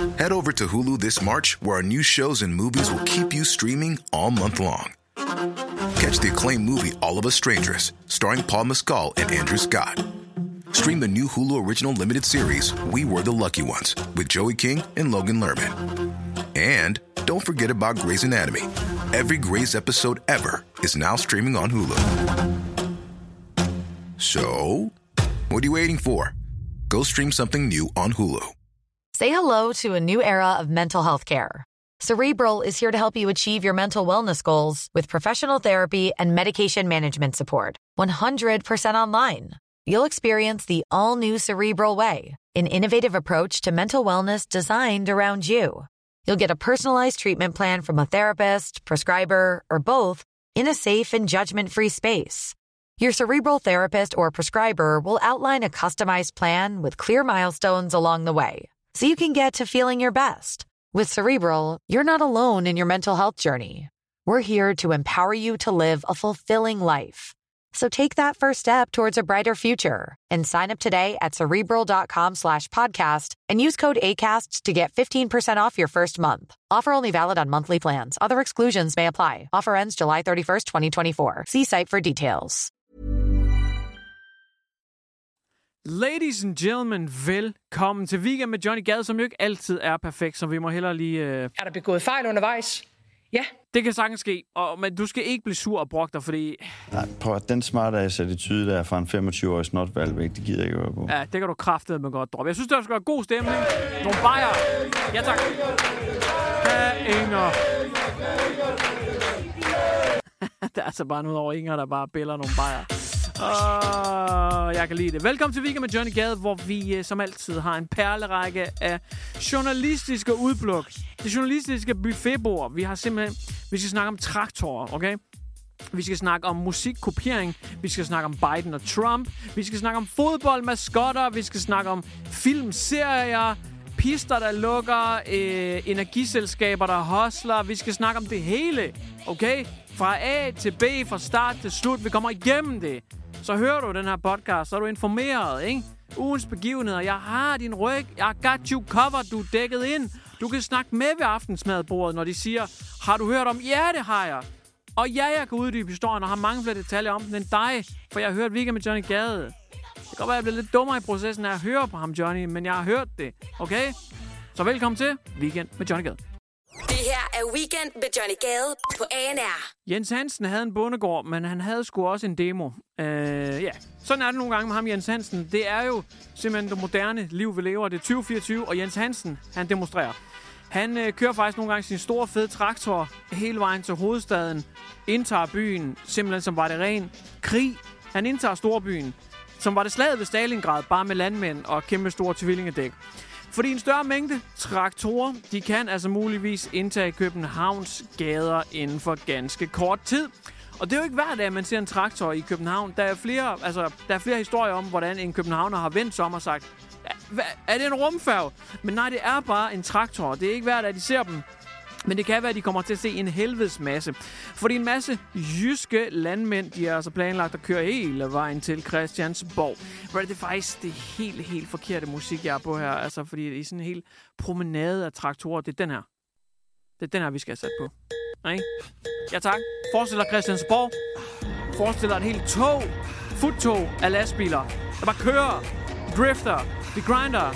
Head over to Hulu this March, where our new shows and movies will keep you streaming all month long. Catch the acclaimed movie All of Us Strangers, starring Paul Mescal and Andrew Scott. Stream the new Hulu original limited series We Were the Lucky Ones with Joey King and Logan Lerman. And don't forget about Grey's Anatomy. Every Grey's episode ever is now streaming on Hulu. So, what are you waiting for? Go stream something new on Hulu. Say hello to a new era of mental health care. Cerebral is here to help you achieve your mental wellness goals with professional therapy and medication management support. 100% online. You'll experience the all-new Cerebral Way, an innovative approach to mental wellness designed around you. You'll get a personalized treatment plan from a therapist, prescriber, or both in a safe and judgment-free space. Your Cerebral therapist or prescriber will outline a customized plan with clear milestones along the way, so you can get to feeling your best. With Cerebral, you're not alone in your mental health journey. We're here to empower you to live a fulfilling life. So take that first step towards a brighter future and sign up today at Cerebral.com/podcast and use code ACAST to get 15% off your first month. Offer only valid on monthly plans. Other exclusions may apply. Offer ends July 31st, 2024. See site for details. Ladies and gentlemen, velkommen til Weekend med Johnny Gade, som jo ikke altid er perfekt, så vi må hellere lige... Er der begået fejl undervejs? Ja. Det kan sagtens ske, men du skal ikke blive sur og brokke dig, fordi... Nej, på den smart-ass-attitude der fra en 25-årig snotvalgvæk, det gider jeg ikke være på. Ja, det kan du kraftedeme godt droppe. Jeg synes, der skal være god stemning. Nogle bajer. Ja, tak. Inger. Der er altså bare noget over Inger, der bare biller nogle bajer. Jeg kan lide det. Velkommen til Weekend med Johnny Gade, hvor vi som altid har en perlerække af journalistiske udpluk. Det journalistiske buffetbord. Vi skal snakke om traktorer, okay? Vi skal snakke om musikkopiering. Vi skal snakke om Biden og Trump. Vi skal snakke om fodbold, maskotter. Vi skal snakke om filmserier, pister, der lukker, energiselskaber, der hustler. Vi skal snakke om det hele, okay? Fra A til B, fra start til slut. Vi kommer igennem det. Så hører du den her podcast, så er du informeret, ikke? Ugens begivenheder. Jeg har din ryg. Jeg got you covered. Du er dækket ind. Du kan snakke med ved aftensmadbordet, når de siger, har du hørt om? Ja, det har jeg. Og ja, jeg kan uddybe historien og har mange flere detaljer om den end dig, for jeg har hørt Weekend med Johnny Gade. Det kan godt være, jeg bliver lidt dummere i processen af at høre på ham, Johnny, men jeg har hørt det, okay? Så velkommen til Weekend med Johnny Gade. Det her er Weekend med Johnny Gade på ANR. Jens Hansen havde en bondegård, men han havde sgu også en demo. Ja, sådan er det nogle gange med ham, Jens Hansen. Det er jo simpelthen det moderne liv, vi lever. Det er 2024, og Jens Hansen, han demonstrerer. Han kører faktisk nogle gange sin store, fede traktor hele vejen til hovedstaden. Indtager byen, simpelthen som var det ren krig. Han indtager storbyen, som var det slaget ved Stalingrad, bare med landmænd og kæmpe store tvillingedæk. Fordi en større mængde traktorer, de kan altså muligvis indtage Københavns gader inden for ganske kort tid. Og det er jo ikke hver dag, man ser en traktor i København. Der er flere historier om, hvordan en københavner har vendt sig om og sagt, er det en rumfærge? Men nej, det er bare en traktor. Det er ikke hver dag, de ser dem. Men det kan være, at de kommer til at se en helvedes masse. Fordi en masse jyske landmænd, de har altså planlagt at køre hele vejen til Christiansborg. Men det er faktisk det helt forkerte musik, jeg er på her. Altså, fordi det er sådan en helt promenade af traktorer. Det er den her. Det er den her, vi skal have sat på. Nej? Ja, tak. Forestil dig Christiansborg. Forestil dig et helt futtog af lastbiler, der bare kører, drifter, de grinder.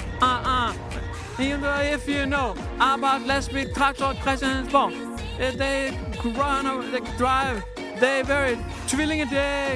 If you know about lastbil, traktor, Christiansborg. They run, they drive, they very tvillingedæk.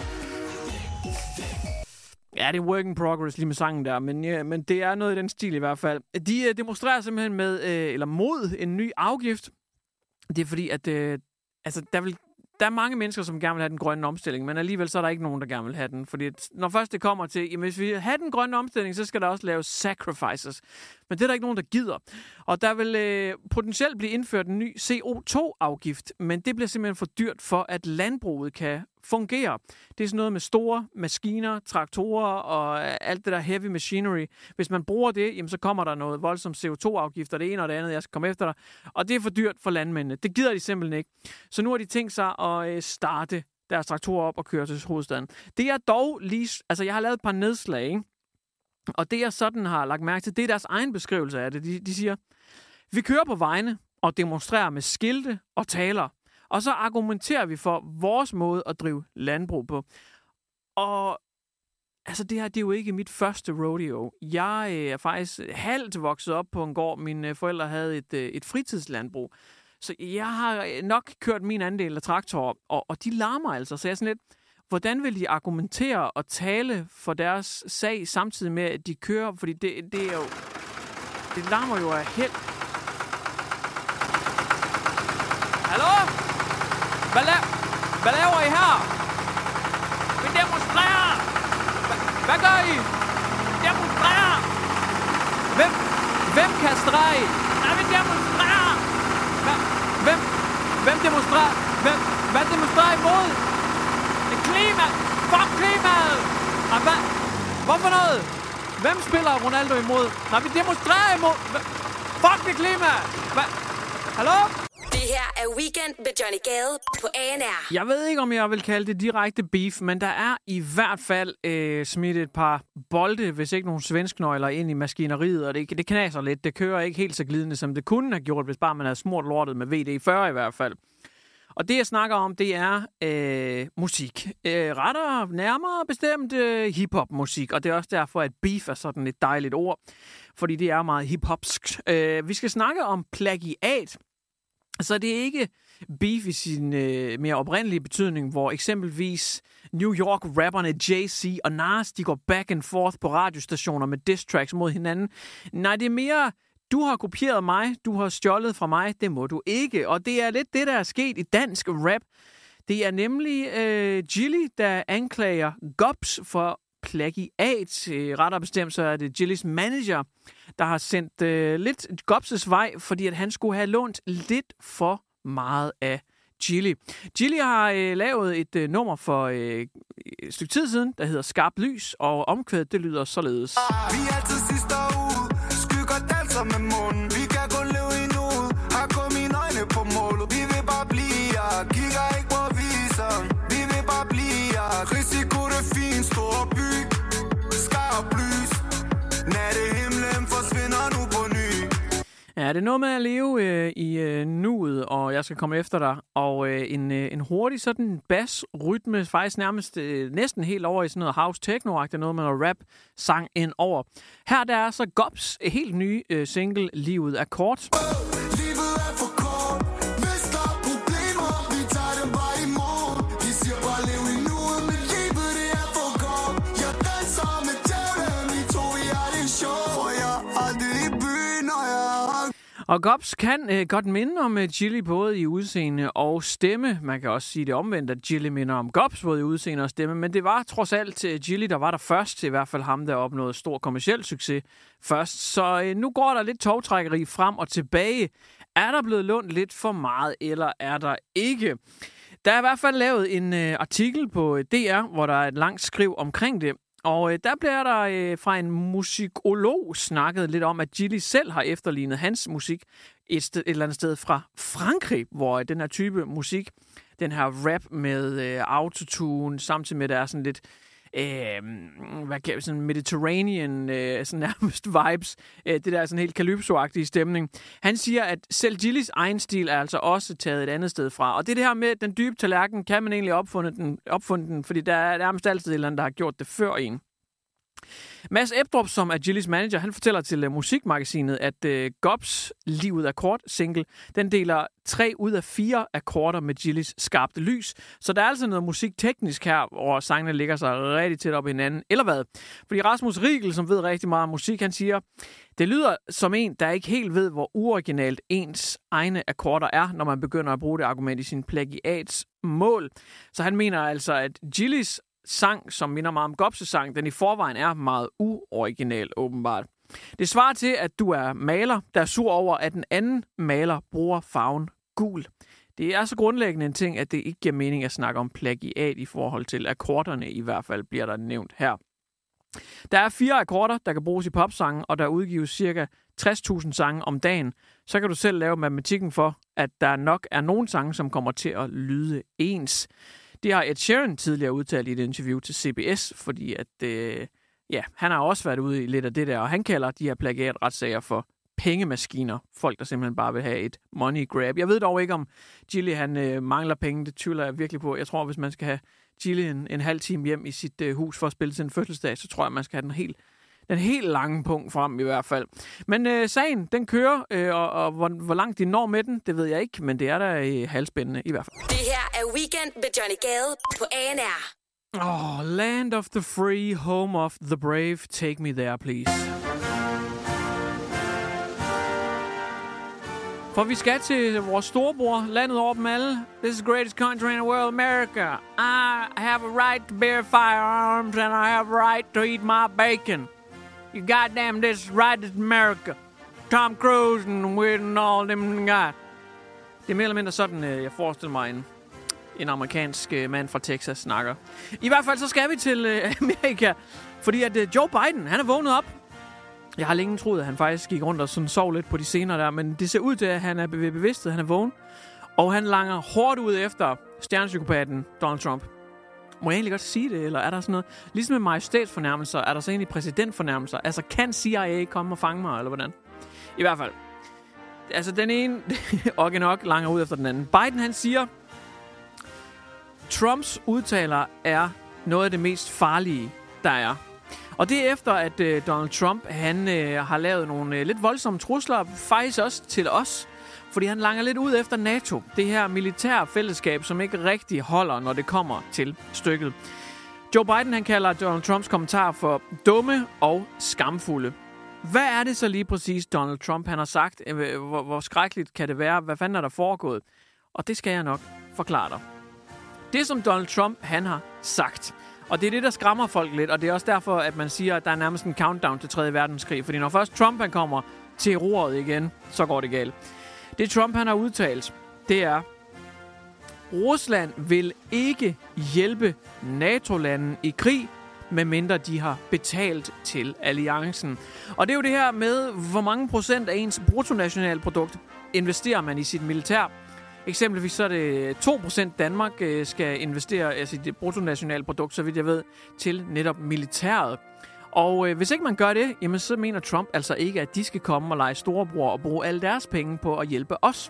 Ja, det er work in progress lige med sangen der, men det er noget i den stil i hvert fald. De demonstrerer simpelthen mod en ny afgift. Det er fordi, at der er mange mennesker, som gerne vil have den grønne omstilling, men alligevel så er der ikke nogen, der gerne vil have den. Fordi når først det kommer til, jamen hvis vi har den grønne omstilling, så skal der også laves sacrifices. Men det er der ikke nogen, der gider. Og der vil potentielt blive indført en ny CO2-afgift, men det bliver simpelthen for dyrt for, at landbruget kan fungere. Det er sådan noget med store maskiner, traktorer og alt det der heavy machinery. Hvis man bruger det, jamen så kommer der noget voldsomt CO2-afgift, og det ene og det andet, jeg skal komme efter dig. Og det er for dyrt for landmændene. Det gider de simpelthen ikke. Så nu har de tænkt sig at starte deres traktorer op og køre til hovedstaden. Det er dog lige... Altså, jeg har lavet et par nedslag, ikke? Og det, jeg sådan har lagt mærke til, det er deres egen beskrivelse af det. De siger, vi kører på vejene og demonstrerer med skilte og taler. Og så argumenterer vi for vores måde at drive landbrug på. Og altså, det her, det er jo ikke mit første rodeo. Jeg er faktisk halvt vokset op på en gård. Mine forældre havde et fritidslandbrug. Så jeg har nok kørt min andel af traktorer, og de larmer altså. Så jeg er sådan lidt, hvordan vil de argumentere og tale for deres sag, samtidig med, at de kører? Fordi det er jo... Det larmer jo af held. Hallo? Hvad laver I her? Vi demonstrerer! Hvad gør I? Demonstrerer! Hvem kaster I? Nej, vi demonstrerer! Hvem demonstrerer? Hvad demonstrerer I imod? Det klima! Fuck klimaet! Hvorfor noget? Hvem spiller Ronaldo imod? Nej, vi demonstrerer imod! Fuck det klima! Hallo? Det her er Weekend med Johnny Gade på ANR. Jeg ved ikke, om jeg vil kalde det direkte beef, men der er i hvert fald smidt et par bolde, hvis ikke nogle svensknøgler, ind i maskineriet, og det knaser lidt. Det kører ikke helt så glidende, som det kunne have gjort, hvis bare man havde smurt lortet med VD40 i hvert fald. Og det, jeg snakker om, det er musik. Rettere nærmere bestemt hip-hop-musik, og det er også derfor, at beef er sådan et dejligt ord, fordi det er meget hip-hopsk. Vi skal snakke om plagiat. Så det er ikke beef i sin mere oprindelige betydning, hvor eksempelvis New York-rapperne Jay-Z og Nas, de går back and forth på radiostationer med diss tracks mod hinanden. Nej, det er mere, du har kopieret mig, du har stjålet fra mig, det må du ikke. Og det er lidt det, der er sket i dansk rap. Det er nemlig Gilly, der anklager Gobs for plagiat. Rettere bestemt, så er det Gillys manager, der har sendt lidt Gobs' vej, fordi at han skulle have lånt lidt for meget af Gilly. Gilly har lavet et nummer for et stykke tid siden, der hedder Skarp Lys, og omkvædet, det lyder således. Vi er til sidste uge, skygger danser med munden. Vi kan kun leve i nuet, har kun mine øjne på målet. Vi vil bare blive her, kigger ikke på viseren. Vi vil bare blive her, risiko det fin, stor by. Skarp lys, nattehimlen forsvinder nu på ny. Ja, det er noget med at leve i nuet, og jeg skal komme efter dig. Og en hurtig sådan bass-rytme, faktisk nærmest næsten helt over i sådan noget house-techno-agtigt, noget med noget rap-sang ind over. Her der er så Gobs helt nye single, Livet er kort. Livet er for kort, hvis der er problemer, vi tager dem bare i morgen. De siger bare lev i nuet, men livet det er for kort. Jeg danser med djævlen, vi to vi har det sjov. For jeg er aldrig i byen, og jeg har... Og Gobs kan godt minde om Gilly både i udseende og stemme. Man kan også sige det omvendt, at Gilly minder om Gobs både i udseende og stemme. Men det var trods alt Gilly, der var der først. I hvert fald ham, der opnåede stor kommerciel succes først. Så nu går der lidt tovtrækkeri frem og tilbage. Er der blevet lånt lidt for meget, eller er der ikke? Der er i hvert fald lavet en artikel på DR, hvor der er et langt skriv omkring det. Og der bliver der fra en musikolog snakket lidt om, at Gilly selv har efterlignet hans musik et eller andet sted fra Frankrig, hvor den her type musik, den her rap med autotune, samtidig med, der er sådan lidt sådan Mediterranean, sådan nærmest vibes, det der er sådan helt calypso-agtige stemning. Han siger, at selv Gillys egen stil er altså også taget et andet sted fra. Og det her med den dybe tallerken, kan man egentlig opfunde den, fordi der er nærmest altid et eller andet, der har gjort det før en. Mads Ebdrup, som er Gillys manager, han fortæller til Musikmagasinet, at Gobs Livet er kort single, den deler 3 ud af 4 akkorder med Gillys Skarpt Lys. Så der er altså noget musikteknisk her, hvor sangene ligger sig rigtig tæt op i hinanden. Eller hvad? Fordi Rasmus Riegel, som ved rigtig meget om musik, han siger, det lyder som en, der ikke helt ved, hvor uoriginalt ens egne akkorder er, når man begynder at bruge det argument i sin plagiats mål. Så han mener altså, at Gillys sang, som minder meget om Gobs' sang, den i forvejen er meget uoriginal, åbenbart. Det svarer til, at du er maler, der er sur over, at en anden maler bruger farven gul. Det er så grundlæggende en ting, at det ikke giver mening at snakke om plagiat i forhold til akkorderne, i hvert fald bliver der nævnt her. Der er 4 akkorder, der kan bruges i popsange, og der udgives ca. 60.000 sange om dagen. Så kan du selv lave matematikken for, at der nok er nogle sange, som kommer til at lyde ens. Det har Ed Sheeran tidligere udtalt i et interview til CBS, fordi at ja, han har også været ude i lidt af det der, og han kalder de her plagiatretssager for pengemaskiner. Folk, der simpelthen bare vil have et money grab. Jeg ved dog ikke, om Gilly han mangler penge. Det tvivler jeg virkelig på. Jeg tror, hvis man skal have Gilly en halv time hjem i sit hus for at spille til en fødselsdag, så tror jeg, man skal have den helt lange punkt frem i hvert fald. Men sagen, den kører, og hvor langt de når med den, det ved jeg ikke, men det er da halvspændende i hvert fald. Det her er Weekend med Johnny Gade på ANR. Land of the free, home of the brave, take me there, please. For vi skal til vores storebror, landet over dem alle. This is the greatest country in the world, America. I have a right to bear firearms, and I have a right to eat my bacon. You goddamn, this right is America. Tom Cruise and Weird and all them guys. Det er mere eller mindre sådan, jeg forestiller mig en amerikansk mand fra Texas snakker. I hvert fald så skal vi til Amerika, fordi at Joe Biden, han er vågnet op. Jeg har længe troet, at han faktisk gik rundt og sådan sov lidt på de scener der, men det ser ud til, at han er ved bevidsthed, han er vågen. Og han langer hårdt ud efter stjernepsykopaten Donald Trump. Må jeg egentlig godt sige det, eller er der sådan noget? Ligesom med majestætsfornærmelser, er der så egentlig præsidentfornærmelser? Altså, kan CIA komme og fange mig, eller hvordan? I hvert fald. Altså, den ene og nok langer ud efter den anden. Biden, han siger, Trumps udtaler er noget af det mest farlige, der er. Og det er efter, at Donald Trump, han har lavet nogle lidt voldsomme trusler, faktisk også til os, fordi han langer lidt ud efter NATO. Det her militære fællesskab, som ikke rigtig holder, når det kommer til stykket. Joe Biden, han kalder Donald Trumps kommentarer for dumme og skamfulde. Hvad er det så lige præcis, Donald Trump han har sagt? Hvor skrækkeligt kan det være? Hvad fanden er der foregået? Og det skal jeg nok forklare dig. Det, som Donald Trump han har sagt, og det er det, der skræmmer folk lidt, og det er også derfor, at man siger, at der er nærmest en countdown til 3. verdenskrig. Fordi når først Trump han kommer til roret igen, så går det galt. Det Trump han har udtalt, det er, Rusland vil ikke hjælpe NATO-landen i krig, medmindre de har betalt til alliancen. Og det er jo det her med, hvor mange procent af ens bruttonationalprodukt investerer man i sit militær. Eksempelvis så er det 2% Danmark skal investere sit bruttonationalprodukt, så vidt jeg ved, til netop militæret. Og hvis ikke man gør det, jamen så mener Trump altså ikke, at de skal komme og lege storebror og bruge alle deres penge på at hjælpe os.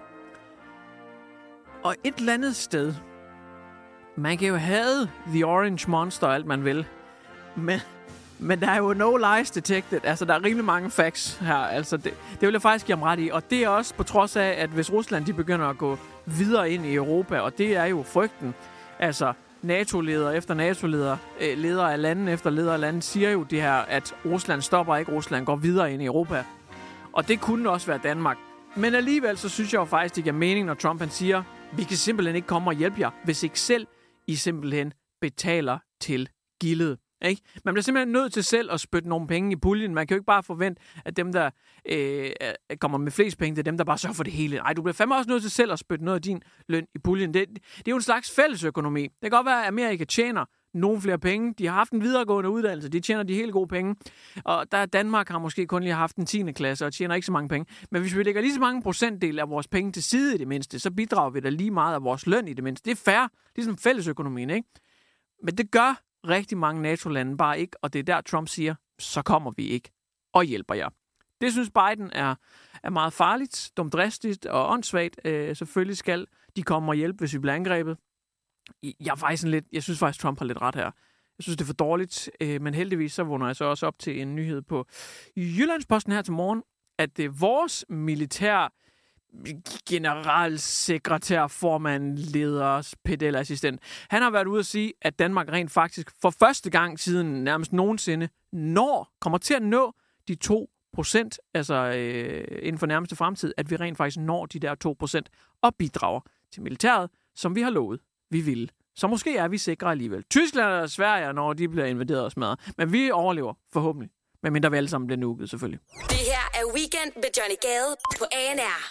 Og et eller andet sted, man kan jo have The Orange Monster alt man vil, men der er jo no lies detected. Altså, der er rimelig mange facts her. Altså, det vil jeg faktisk give ham ret i. Og det er også på trods af, at hvis Rusland de begynder at gå videre ind i Europa, og det er jo frygten. Altså, NATO-leder efter NATO-leder, ledere af lande efter ledere af lande, siger jo det her, at Rusland stopper ikke, Rusland går videre ind i Europa. Og det kunne også være Danmark. Men alligevel, så synes jeg jo faktisk, det giver mening, når Trump han siger, vi kan simpelthen ikke komme og hjælpe jer, hvis ikke selv I simpelthen betaler til gildet. Ikke? Man bliver simpelthen nødt til selv at spytte nogle penge i puljen. Man kan jo ikke bare forvente, at dem, der kommer med flest penge, det er dem, der bare sørger for det hele. Nej, du bliver fandme også nødt til selv at spytte noget af din løn i puljen. Det er jo en slags fællesøkonomi. Det kan godt være, at Amerika tjener nogle flere penge. De har haft en videregående uddannelse. De tjener de helt gode penge. Og der Danmark har måske kun lige haft en 10. klasse og tjener ikke så mange penge. Men hvis vi lægger lige så mange procentdel af vores penge til side i det mindste, så bidrager vi da lige meget af vores løn i det mindste. Det er fair. Ligesom fællesøkonomien, ikke? Men det gør rigtig mange NATO-lande bare ikke, og det er der, Trump siger, så kommer vi ikke og hjælper jer. Det synes Biden er meget farligt, dumdristigt og åndssvagt. Selvfølgelig skal de komme og hjælpe, hvis vi bliver angrebet. Jeg synes faktisk, Trump har lidt ret her. Jeg synes, det er for dårligt, men heldigvis så vågner jeg så også op til en nyhed på Jyllandsposten her til morgen, at vores militær generalsekretær, formand, leder, pedelassistent. Han har været ude at sige, at Danmark rent faktisk for første gang siden nærmest nogensinde kommer til at nå de 2%, altså inden for nærmeste fremtid, at vi rent faktisk når de der 2% og bidrager til militæret, som vi har lovet, vi vil. Så måske er vi sikre alligevel. Tyskland og Sverige, når de bliver invaderet og smadret. Men vi overlever forhåbentlig. Medmindre vi alle sammen bliver nuket, selvfølgelig. Det her er Weekend med Johnny Gade på ANR.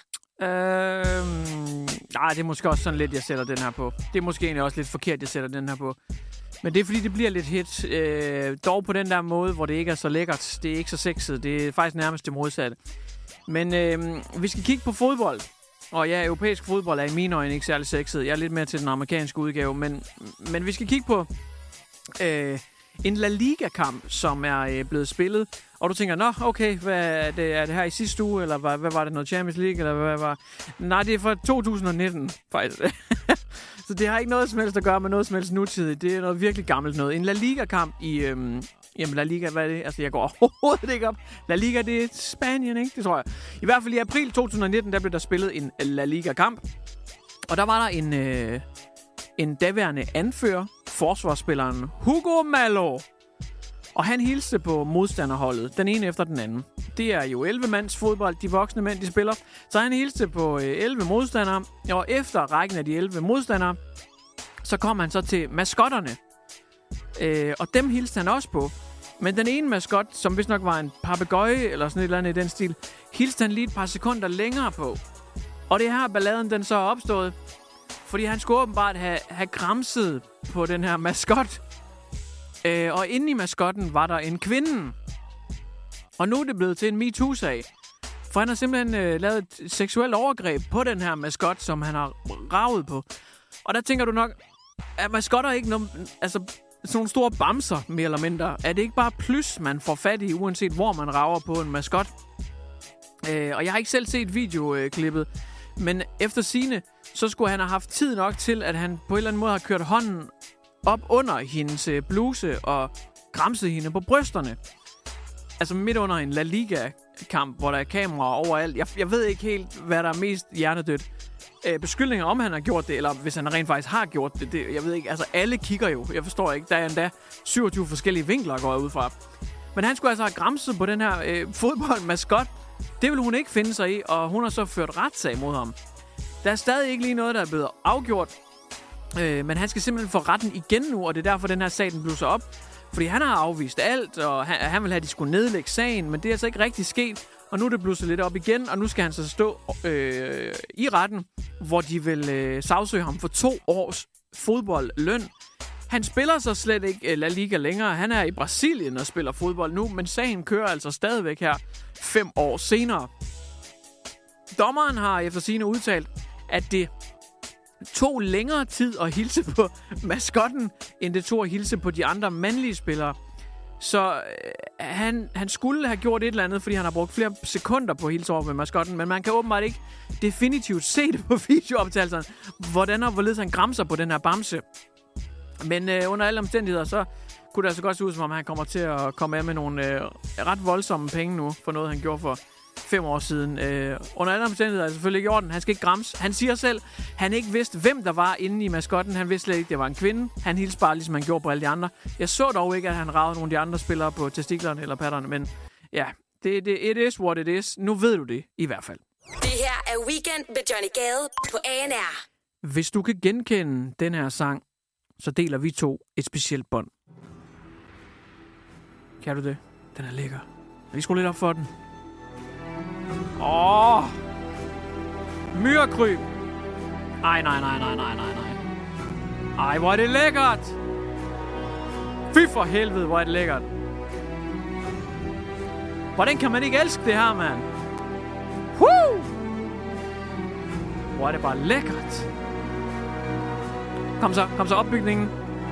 Nej, det er måske også sådan lidt, jeg sætter den her på. Det er måske egentlig også lidt forkert, jeg sætter den her på. Men det er fordi, det bliver lidt hit. Dog på den der måde, hvor det ikke er så lækkert. Det er ikke så sexet. Det er faktisk nærmest det modsatte. Men vi skal kigge på fodbold. Og ja, europæisk fodbold er i mine øjne ikke særlig sexet. Jeg er lidt mere til den amerikanske udgave. Men vi skal kigge på en La Liga-kamp, som er blevet spillet. Og du tænker, nå, okay, hvad er det her i sidste uge, eller hvad var det, noget Champions League, eller hvad var... Nej, det er fra 2019, faktisk. Så det har ikke noget som helst at gøre med noget som helst nutidigt. Det er noget virkelig gammelt noget. En La Liga-kamp i... Jamen, La Liga, hvad er det? Altså, jeg går overhovedet ikke op. La Liga, det er Spanien, ikke? Det tror jeg. I hvert fald i april 2019, der blev der spillet en La Liga-kamp. Og der var der en daværende anfører, forsvarsspilleren Hugo Malo. Og han hilste på modstanderholdet, den ene efter den anden. Det er jo 11-mands fodbold, de voksne mænd, de spiller. Så han hilste på 11 modstandere, og efter rækken af de 11 modstandere, så kom han så til maskotterne. Og dem hilste han også på. Men den ene maskot, som vist nok var en papegøje eller sådan et eller andet i den stil, hilste han lige et par sekunder længere på. Og det her balladen, den så er opstået, fordi han skulle åbenbart have gramset på den her maskot. Og inde i maskotten var der en kvinde. Og nu er det blevet til en MeToo-sag. For han har simpelthen lavet et seksuelt overgreb på den her maskot, som han har raget på. Og der tænker du nok, at maskotter ikke noget... Altså, sådan nogle store bamser, mere eller mindre. Er det ikke bare plus, man får fat i, uanset hvor man rager på en maskot? Og jeg har ikke selv set videoklippet. Men efter sigende, så skulle han have haft tid nok til, at han på en eller anden måde har kørt hånden op under hendes bluse og gramset hende på brysterne. Altså midt under en La Liga-kamp, hvor der er kameraer overalt. Jeg ved ikke helt, hvad der er mest hjernedødt. Beskyldninger om, han har gjort det, eller hvis han rent faktisk har gjort det. Jeg ved ikke, altså alle kigger jo. Jeg forstår ikke, der er endda 27 forskellige vinkler, går jeg ud fra. Men han skulle altså have gramset på den her fodboldmaskot. Det vil hun ikke finde sig i, og hun har så ført retssag mod ham. Der er stadig ikke lige noget, der er blevet afgjort. Men han skal simpelthen få retten igen nu, og det er derfor, den her sag den blusser op. Fordi han har afvist alt, og han vil have, at de skulle nedlægge sagen, men det er altså ikke rigtig sket. Og nu er det blusset lidt op igen, og nu skal han så stå i retten, hvor de vil sagsøge ham for 2 års fodboldløn. Han spiller så slet ikke La Liga længere. Han er i Brasilien og spiller fodbold nu, men sagen kører altså stadigvæk her 5 år senere. Dommeren har efter sigende udtalt, at det tog længere tid at hilse på maskotten, end det tog at hilse på de andre mandlige spillere. Så han skulle have gjort et eller andet, fordi han har brugt flere sekunder på at hilse over med maskotten, men man kan åbenbart ikke definitivt se det på videooptagelserne, hvordan og hvorledes han gramser på den her bamse. Men under alle omstændigheder, så kunne det altså godt se ud, som om han kommer til at komme af med nogle ret voldsomme penge nu, for noget han gjorde for 5 år siden. Under alle omstændigheder er det selvfølgelig ikke i orden. Han skal ikke gramse. Han siger selv, han ikke vidste, hvem der var inde i maskotten. Han vidste slet ikke, det var en kvinde. Han hilste bare, ligesom han gjorde på alle de andre. Jeg så dog ikke, at han ragede nogle af de andre spillere på testiklerne eller patterne, men ja, it is what it is. Nu ved du det i hvert fald. Det her er Weekend med Johnny Gade på ANR. Hvis du kan genkende den her sang, så deler vi 2 et specielt bånd. Kan du det? Den er lækker. Vi skruer lidt op for den. Myrekryb. Ej, nej. Ej, hvor er det lækkert. Fy for helvede, hvor er det lækkert. Hvordan kan man ikke elske det her, mand? Hvor er det bare lækkert. Kom så opbygningen.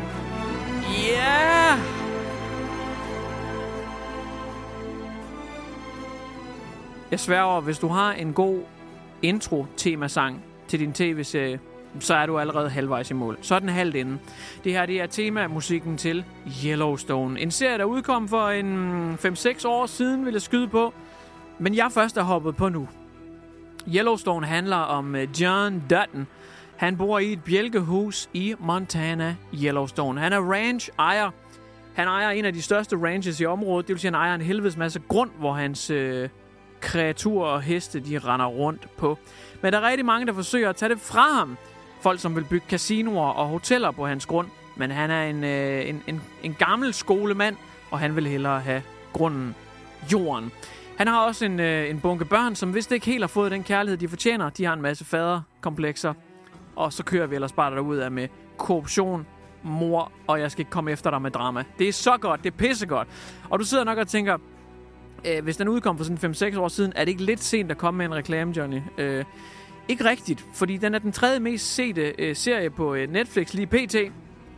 Yeah! Jeg sværger, hvis du har en god intro-temasang til din tv-serie, så er du allerede halvvejs i mål. Så er den halvt inde. Det her, det er temamusikken til Yellowstone. En serie, der udkom for en 5-6 år siden, vil jeg skyde på. Men jeg først er hoppet på nu. Yellowstone handler om John Dutton. Han bor i et bjælkehus i Montana, Yellowstone. Han er ranch-ejer. Han ejer en af de største ranches i området. Det vil sige, han ejer en helvedes masse grund, hvor hans kreaturer og heste, de render rundt på. Men der er rigtig mange, der forsøger at tage det fra ham. Folk, som vil bygge casinoer og hoteller på hans grund. Men han er en gammel skolemand, og han vil hellere have grunden, jorden. Han har også en bunke børn, som vist ikke helt har fået den kærlighed, de fortjener. De har en masse faderkomplekser. Og så kører vi ellers bare derudad med korruption, mor, og jeg skal ikke komme efter dig med drama. Det er så godt, det er pissegodt. Og du sidder nok og tænker, hvis den udkom for sådan 5-6 år siden, er det ikke lidt sent at komme med en reklame, Johnny? Ikke rigtigt, fordi den er den 3. mest sete serie på Netflix lige pt.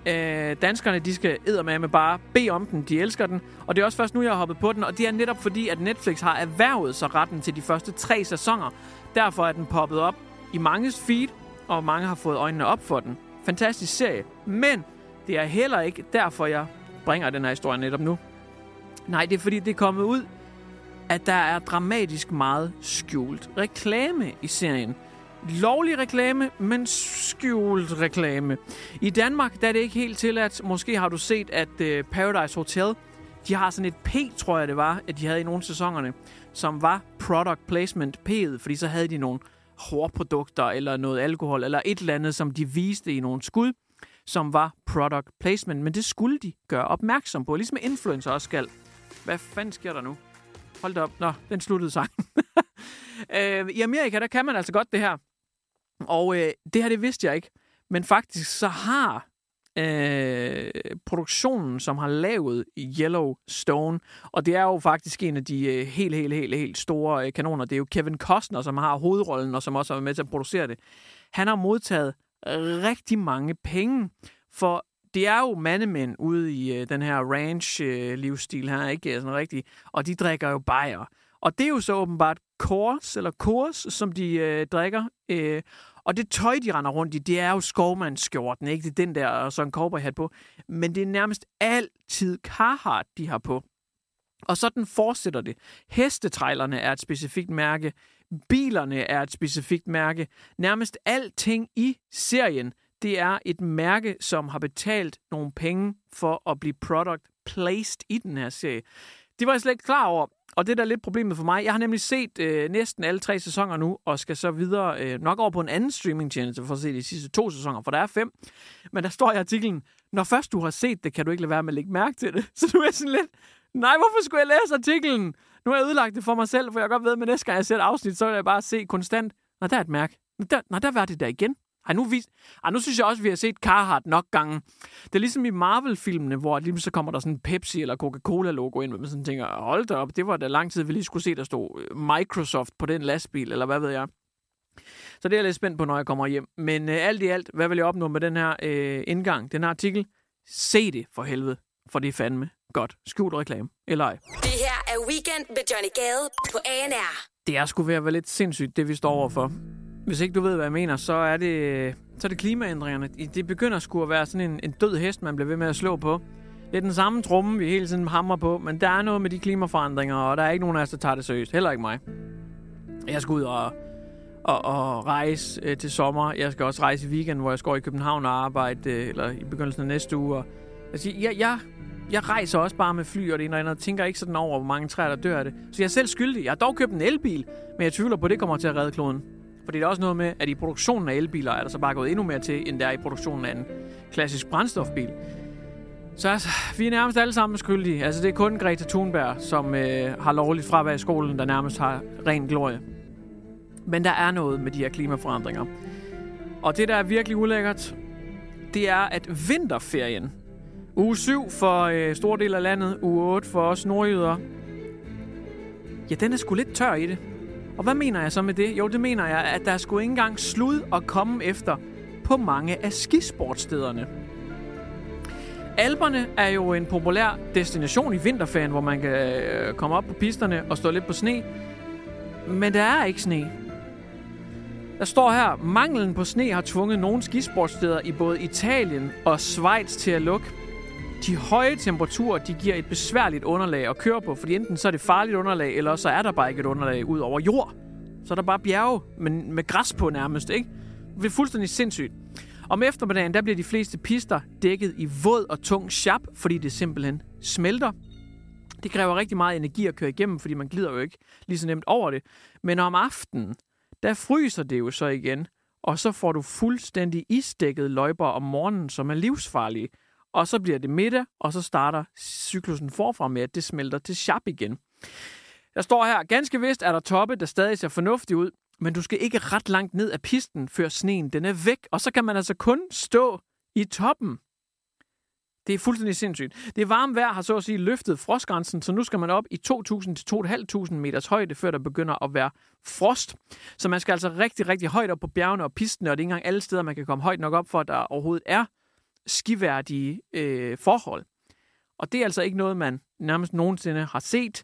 Danskerne, de skal eddermame bare bede om den. De elsker den. Og det er også først nu, jeg har hoppet på den. Og det er netop fordi, at Netflix har erhvervet sig retten til de første 3 sæsoner. Derfor er den poppet op i manges feed, og mange har fået øjnene op for den. Fantastisk serie. Men det er heller ikke derfor, jeg bringer den her historie netop nu. Nej, det er fordi, det er kommet ud, at der er dramatisk meget skjult reklame i serien. Lovlig reklame, men skjult reklame. I Danmark der er det ikke helt tilladt. Måske har du set, at Paradise Hotel, de har sådan et P, tror jeg det var, at de havde i nogle af sæsonerne, som var product placement P'et, fordi så havde de nogle hårprodukter, eller noget alkohol, eller et eller andet, som de viste i nogle skud, som var product placement. Men det skulle de gøre opmærksom på, ligesom influencer også skal. Hvad fanden sker der nu? Hold da op. Nå, den sluttede sangen. I Amerika, der kan man altså godt det her. Og det her, det vidste jeg ikke. Men faktisk så har produktionen, som har lavet Yellowstone, og det er jo faktisk en af de helt store kanoner. Det er jo Kevin Costner, som har hovedrollen, og som også er med til at producere det. Han har modtaget rigtig mange penge, for det er jo mandemænd ude i den her ranch-livsstil her, ikke sådan rigtigt, og de drikker jo bajer. Og det er jo så åbenbart Coors, som de drikker. Og det tøj, de render rundt i, det er jo skovmandsskjorten, ikke? Det er den der, og så en cowboyhat på. Men det er nærmest altid Carhartt, de har på. Og sådan fortsætter det. Hestetrejlerne er et specifikt mærke. Bilerne er et specifikt mærke. Nærmest alting i serien, det er et mærke, som har betalt nogle penge for at blive product placed i den her serie. Det var jeg slet ikke klar over. Og det er da lidt problemet for mig. Jeg har nemlig set næsten alle 3 sæsoner nu, og skal så videre nok over på en anden streaming-tjeneste for at se de sidste 2 sæsoner, for der er 5. Men der står i artiklen, når først du har set det, kan du ikke lade være med at lægge mærke til det. Så nu er jeg sådan lidt, nej, hvorfor skulle jeg læse artiklen? Nu har jeg ødelagt det for mig selv, for jeg godt ved, at næste gang jeg ser et afsnit, så vil jeg bare se konstant, når der er et mærke. Der var det der igen. Nu synes jeg også, at vi har set Carhartt nok gange. Det er ligesom i Marvel-filmene, hvor lige så kommer der sådan en Pepsi eller Coca-Cola-logo ind, og man sådan tænker, hold da op, det var da lang tid, vi lige skulle se, der stod Microsoft på den lastbil, eller hvad ved jeg. Så det er jeg lidt spændt på, når jeg kommer hjem. Men alt i alt, hvad vil jeg opnå med den her indgang, den her artikel? Se det for helvede, for det er fandme godt. Skjult reklame, eller ej. Det her er Weekend med Johnny Gade på ANR. Det er sgu ved at være lidt sindssygt, det vi står overfor. Hvis ikke du ved, hvad jeg mener, så er det klimaændringerne. Det begynder sgu at være sådan en død hest, man bliver ved med at slå på. Det er den samme tromme, vi hele tiden hamrer på, men der er noget med de klimaforandringer, og der er ikke nogen af os, der tager det seriøst. Heller ikke mig. Jeg skal ud og rejse til sommer. Jeg skal også rejse i weekend, hvor jeg skal over i København og arbejde, eller i begyndelsen af næste uge. Og jeg rejser også bare med fly og det ene og andet, og tænker ikke sådan over, hvor mange træer, der dør af det. Så jeg er selv skyldig. Jeg har dog købt en elbil, men jeg tvivler på, at det kommer til at redde kloden. Fordi det er også noget med, at i produktionen af elbiler er der så bare gået endnu mere til, end der er i produktionen af en klassisk brændstofbil. Så altså, vi er nærmest alle sammen skyldige. Altså, det er kun Greta Thunberg, som har lovligt fravær i skolen, der nærmest har ren glorie. Men der er noget med de her klimaforandringer. Og det, der er virkelig ulækkert, det er, at vinterferien, uge 7 for store del af landet, uge 8 for os nordjyder, ja, den er sgu lidt tør i det. Og hvad mener jeg så med det? Jo, det mener jeg, at der skulle ikke engang slud at komme efter på mange af skisportstederne. Alperne er jo en populær destination i vinterferien, hvor man kan komme op på pisterne og stå lidt på sne. Men der er ikke sne. Der står her, manglen på sne har tvunget nogle skisportsteder i både Italien og Schweiz til at lukke. De høje temperaturer, de giver et besværligt underlag at køre på, fordi enten så er det farligt underlag, eller så er der bare ikke et underlag ud over jord. Så er der bare bjerge, men med græs på nærmest, ikke? Det er fuldstændig sindssygt. Om eftermiddagen, der bliver de fleste pister dækket i våd og tung sjap, fordi det simpelthen smelter. Det kræver rigtig meget energi at køre igennem, fordi man glider jo ikke lige så nemt over det. Men om aftenen, der fryser det jo så igen, og så får du fuldstændig isdækket løjper om morgenen, som er livsfarlige. Og så bliver det middag, og så starter cyklusen forfra med, at det smelter til sjap igen. Der står her, ganske vist er der toppe, der stadig ser fornuftigt ud, men du skal ikke ret langt ned af pisten, før sneen den er væk, og så kan man altså kun stå i toppen. Det er fuldstændig sindssygt. Det varme vejr har så at sige løftet frostgrænsen, så nu skal man op i 2.000 til 2.500 meters højde, før der begynder at være frost. Så man skal altså rigtig, rigtig højt op på bjergene og pistene, og det er ikke engang alle steder, man kan komme højt nok op for, at der overhovedet er skiværdige forhold. Og det er altså ikke noget, man nærmest nogensinde har set.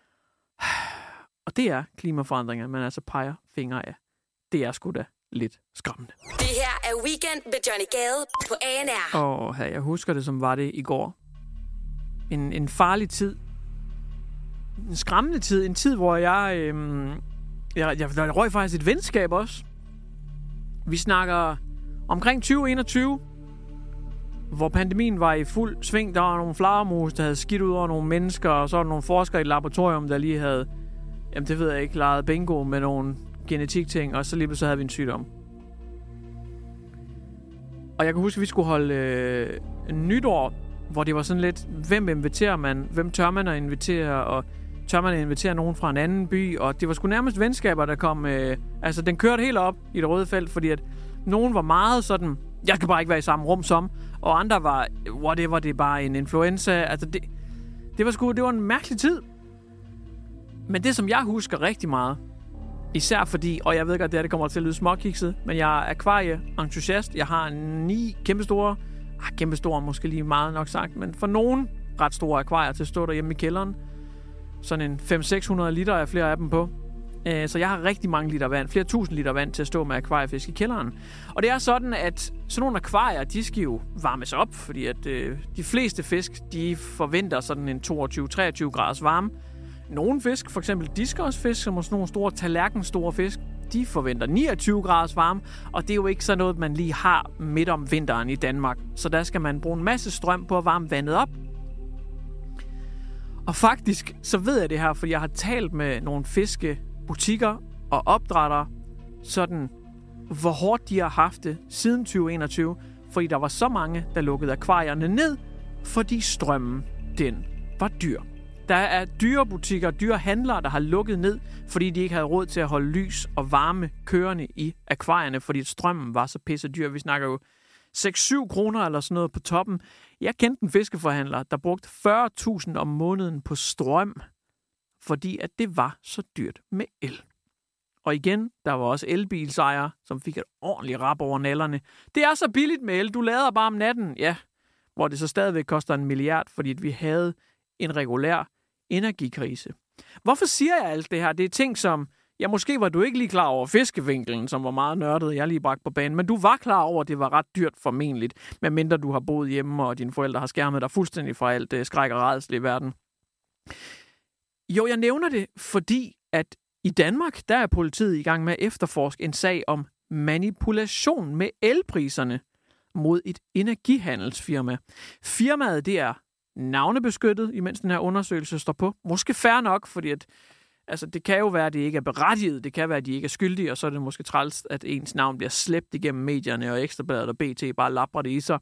Og det er klimaforandringer, man altså peger fingre af. Det er sgu da lidt skræmmende. Det her er Weekend med Johnny Gade på ANR. Jeg husker det, som var det i går. En farlig tid. En skræmmende tid. En tid, hvor jeg røg faktisk et venskab også. Vi snakker omkring 2021, hvor pandemien var i fuld sving. Der var nogle flagermus, der havde skidt ud over nogle mennesker, og så var der nogle forskere i et laboratorium, der lige havde, jamen det ved jeg ikke, leget bingo med nogle genetikting, og så lige så havde vi en sygdom. Og jeg kan huske, at vi skulle holde nytår, hvor det var sådan lidt, hvem inviterer man, hvem tør man at invitere, og tør man at invitere nogen fra en anden by, og det var sgu nærmest venskaber, der kom, altså den kørte helt op i det røde felt, fordi at nogen var meget sådan, jeg skal bare ikke være i samme rum som, og andre var, whatever, det er bare en influenza, altså det var en mærkelig tid. Men det, som jeg husker rigtig meget, især fordi, og jeg ved godt, det kommer til at lyde småkikset, men jeg er akvarie-entusiast. Jeg har 9 kæmpestore, måske lige meget nok sagt, men for nogen ret store akvarier til at stå derhjemme i kælderen. Sådan en 500-600 liter er flere af dem på. Så jeg har rigtig mange liter vand, flere tusind liter vand til at stå med akvariefisk i kælderen. Og det er sådan, at sådan nogle akvarier, de skal jo varmes op, fordi at de fleste fisk, de forventer sådan en 22-23 graders varme. Nogle fisk, for eksempel diskersfisk, som er sådan nogle store tallerkenstore fisk, de forventer 29 graders varme, og det er jo ikke sådan noget, man lige har midt om vinteren i Danmark. Så der skal man bruge en masse strøm på at varme vandet op. Og faktisk, så ved jeg det her, fordi jeg har talt med nogle fiskebutikker og opdrættere, sådan hvor hårdt de har haft det siden 2021, fordi der var så mange, der lukkede akvarierne ned, fordi strømmen, den var dyr. Der er dyrebutikker og dyrehandlere, der har lukket ned, fordi de ikke havde råd til at holde lys og varme kørende i akvarierne, fordi strømmen var så pisse dyr. Vi snakker jo 6-7 kroner eller sådan noget på toppen. Jeg kendte en fiskeforhandler, der brugte 40.000 om måneden på strøm, fordi at det var så dyrt med el. Og igen, der var også elbilsejere, som fik et ordentligt rap over nallerne. Det er så billigt med el, du lader bare om natten. Ja, hvor det så stadigvæk koster 1 milliard, fordi vi havde en regulær energikrise. Hvorfor siger jeg alt det her? Det er ting som, ja, måske var du ikke lige klar over fiskevinkelen, som var meget nørdet, jeg lige bragte på banen, men du var klar over, at det var ret dyrt formentligt, medmindre du har boet hjemme, og dine forældre har skærmet dig fuldstændig fra alt skræk og rædsel i verden. Jo, jeg nævner det, fordi at i Danmark, der er politiet i gang med at efterforske en sag om manipulation med elpriserne mod et energihandelsfirma. Firmaet, det er navnebeskyttet, imens den her undersøgelse står på. Måske fair nok, fordi at, altså, det kan jo være, at det ikke er berettiget. Det kan være, at de ikke er skyldige, og så er det måske træls, at ens navn bliver slæbt igennem medierne, og Ekstrabladet og BT bare lapper det i sig.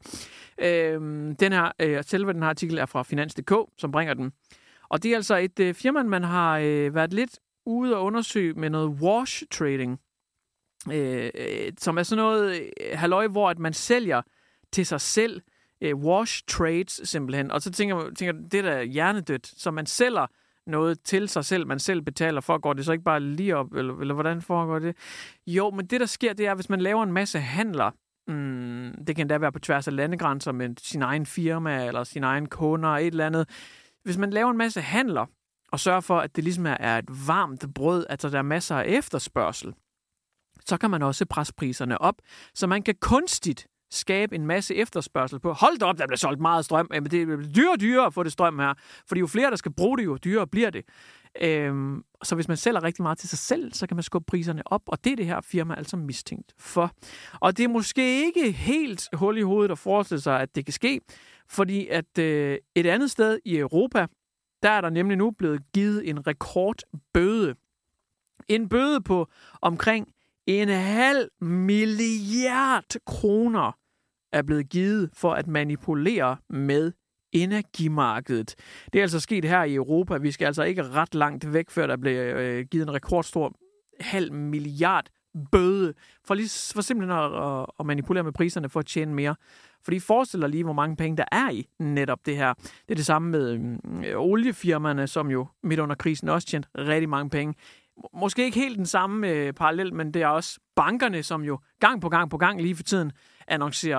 Selve den her artikel er fra Finans.dk, som bringer den. Og det er altså et firma, man har været lidt ude og undersøge med noget wash trading, som er sådan noget halløj, hvor at man sælger til sig selv wash trades simpelthen. Og så tænker det der hjernedødt, så man sælger noget til sig selv, man selv betaler for, går det så ikke bare lige op, eller hvordan foregår det? Jo, men det der sker, det er, hvis man laver en masse handler, det kan da være på tværs af landegrænser med sin egen firma, eller sin egen kunder, et eller andet. Hvis man laver en masse handler, og sørger for, at det ligesom er et varmt brød, altså der er masser af efterspørgsel, så kan man også presse priserne op, så man kan kunstigt skabe en masse efterspørgsel på. Hold da op, der bliver solgt meget strøm. Men det er dyrere at få det strøm her. Fordi jo flere, der skal bruge det, jo dyrere bliver det. Så hvis man sælger rigtig meget til sig selv, så kan man skubbe priserne op. Og det er det her firma altså mistænkt for. Og det er måske ikke helt hul i hovedet at forestille sig, at det kan ske. Fordi at et andet sted i Europa, der er der nemlig nu blevet givet en rekordbøde. En bøde på omkring 1,5 milliard kroner er blevet givet for at manipulere med energimarkedet. Det er altså sket her i Europa. Vi skal altså ikke ret langt væk, før der blev givet en rekordstor 0,5 milliard bøde for simpelthen at manipulere med priserne for at tjene mere. Fordi forestiller lige, hvor mange penge der er i netop det her. Det er det samme med oliefirmaerne, som jo midt under krisen også tjente rigtig mange penge. Måske ikke helt den samme parallel, men det er også bankerne, som jo gang på gang lige for tiden annoncerer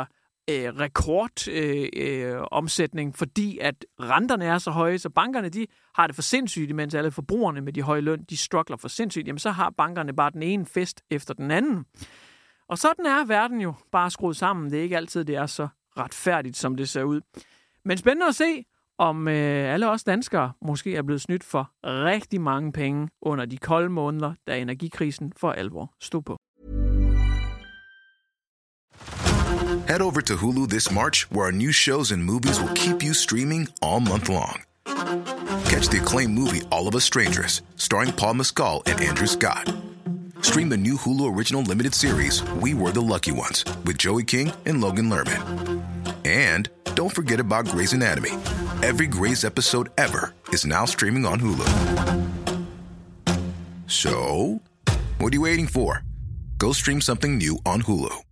rekordomsætning, fordi at renterne er så høje, så bankerne de har det for sindssygt, mens alle forbrugerne med de høje løn, de struggler for sindssygt. Jamen så har bankerne bare den ene fest efter den anden. Og sådan er verden jo bare skruet sammen. Det er ikke altid, det er så retfærdigt, som det ser ud. Men spændende at se, om alle os danskere måske er blevet snydt for rigtig mange penge under de kolde måneder, da energikrisen for alvor stod på. Head over to Hulu this March, where our new shows and movies will keep you streaming all month long. Catch the acclaimed movie All of Us Strangers, starring Paul Mescal and Andrew Scott. Stream the new Hulu original limited series We Were the Lucky Ones with Joey King and Logan Lerman. And don't forget about Grey's Anatomy. Every Grey's episode ever is now streaming on Hulu. So, what are you waiting for? Go stream something new on Hulu.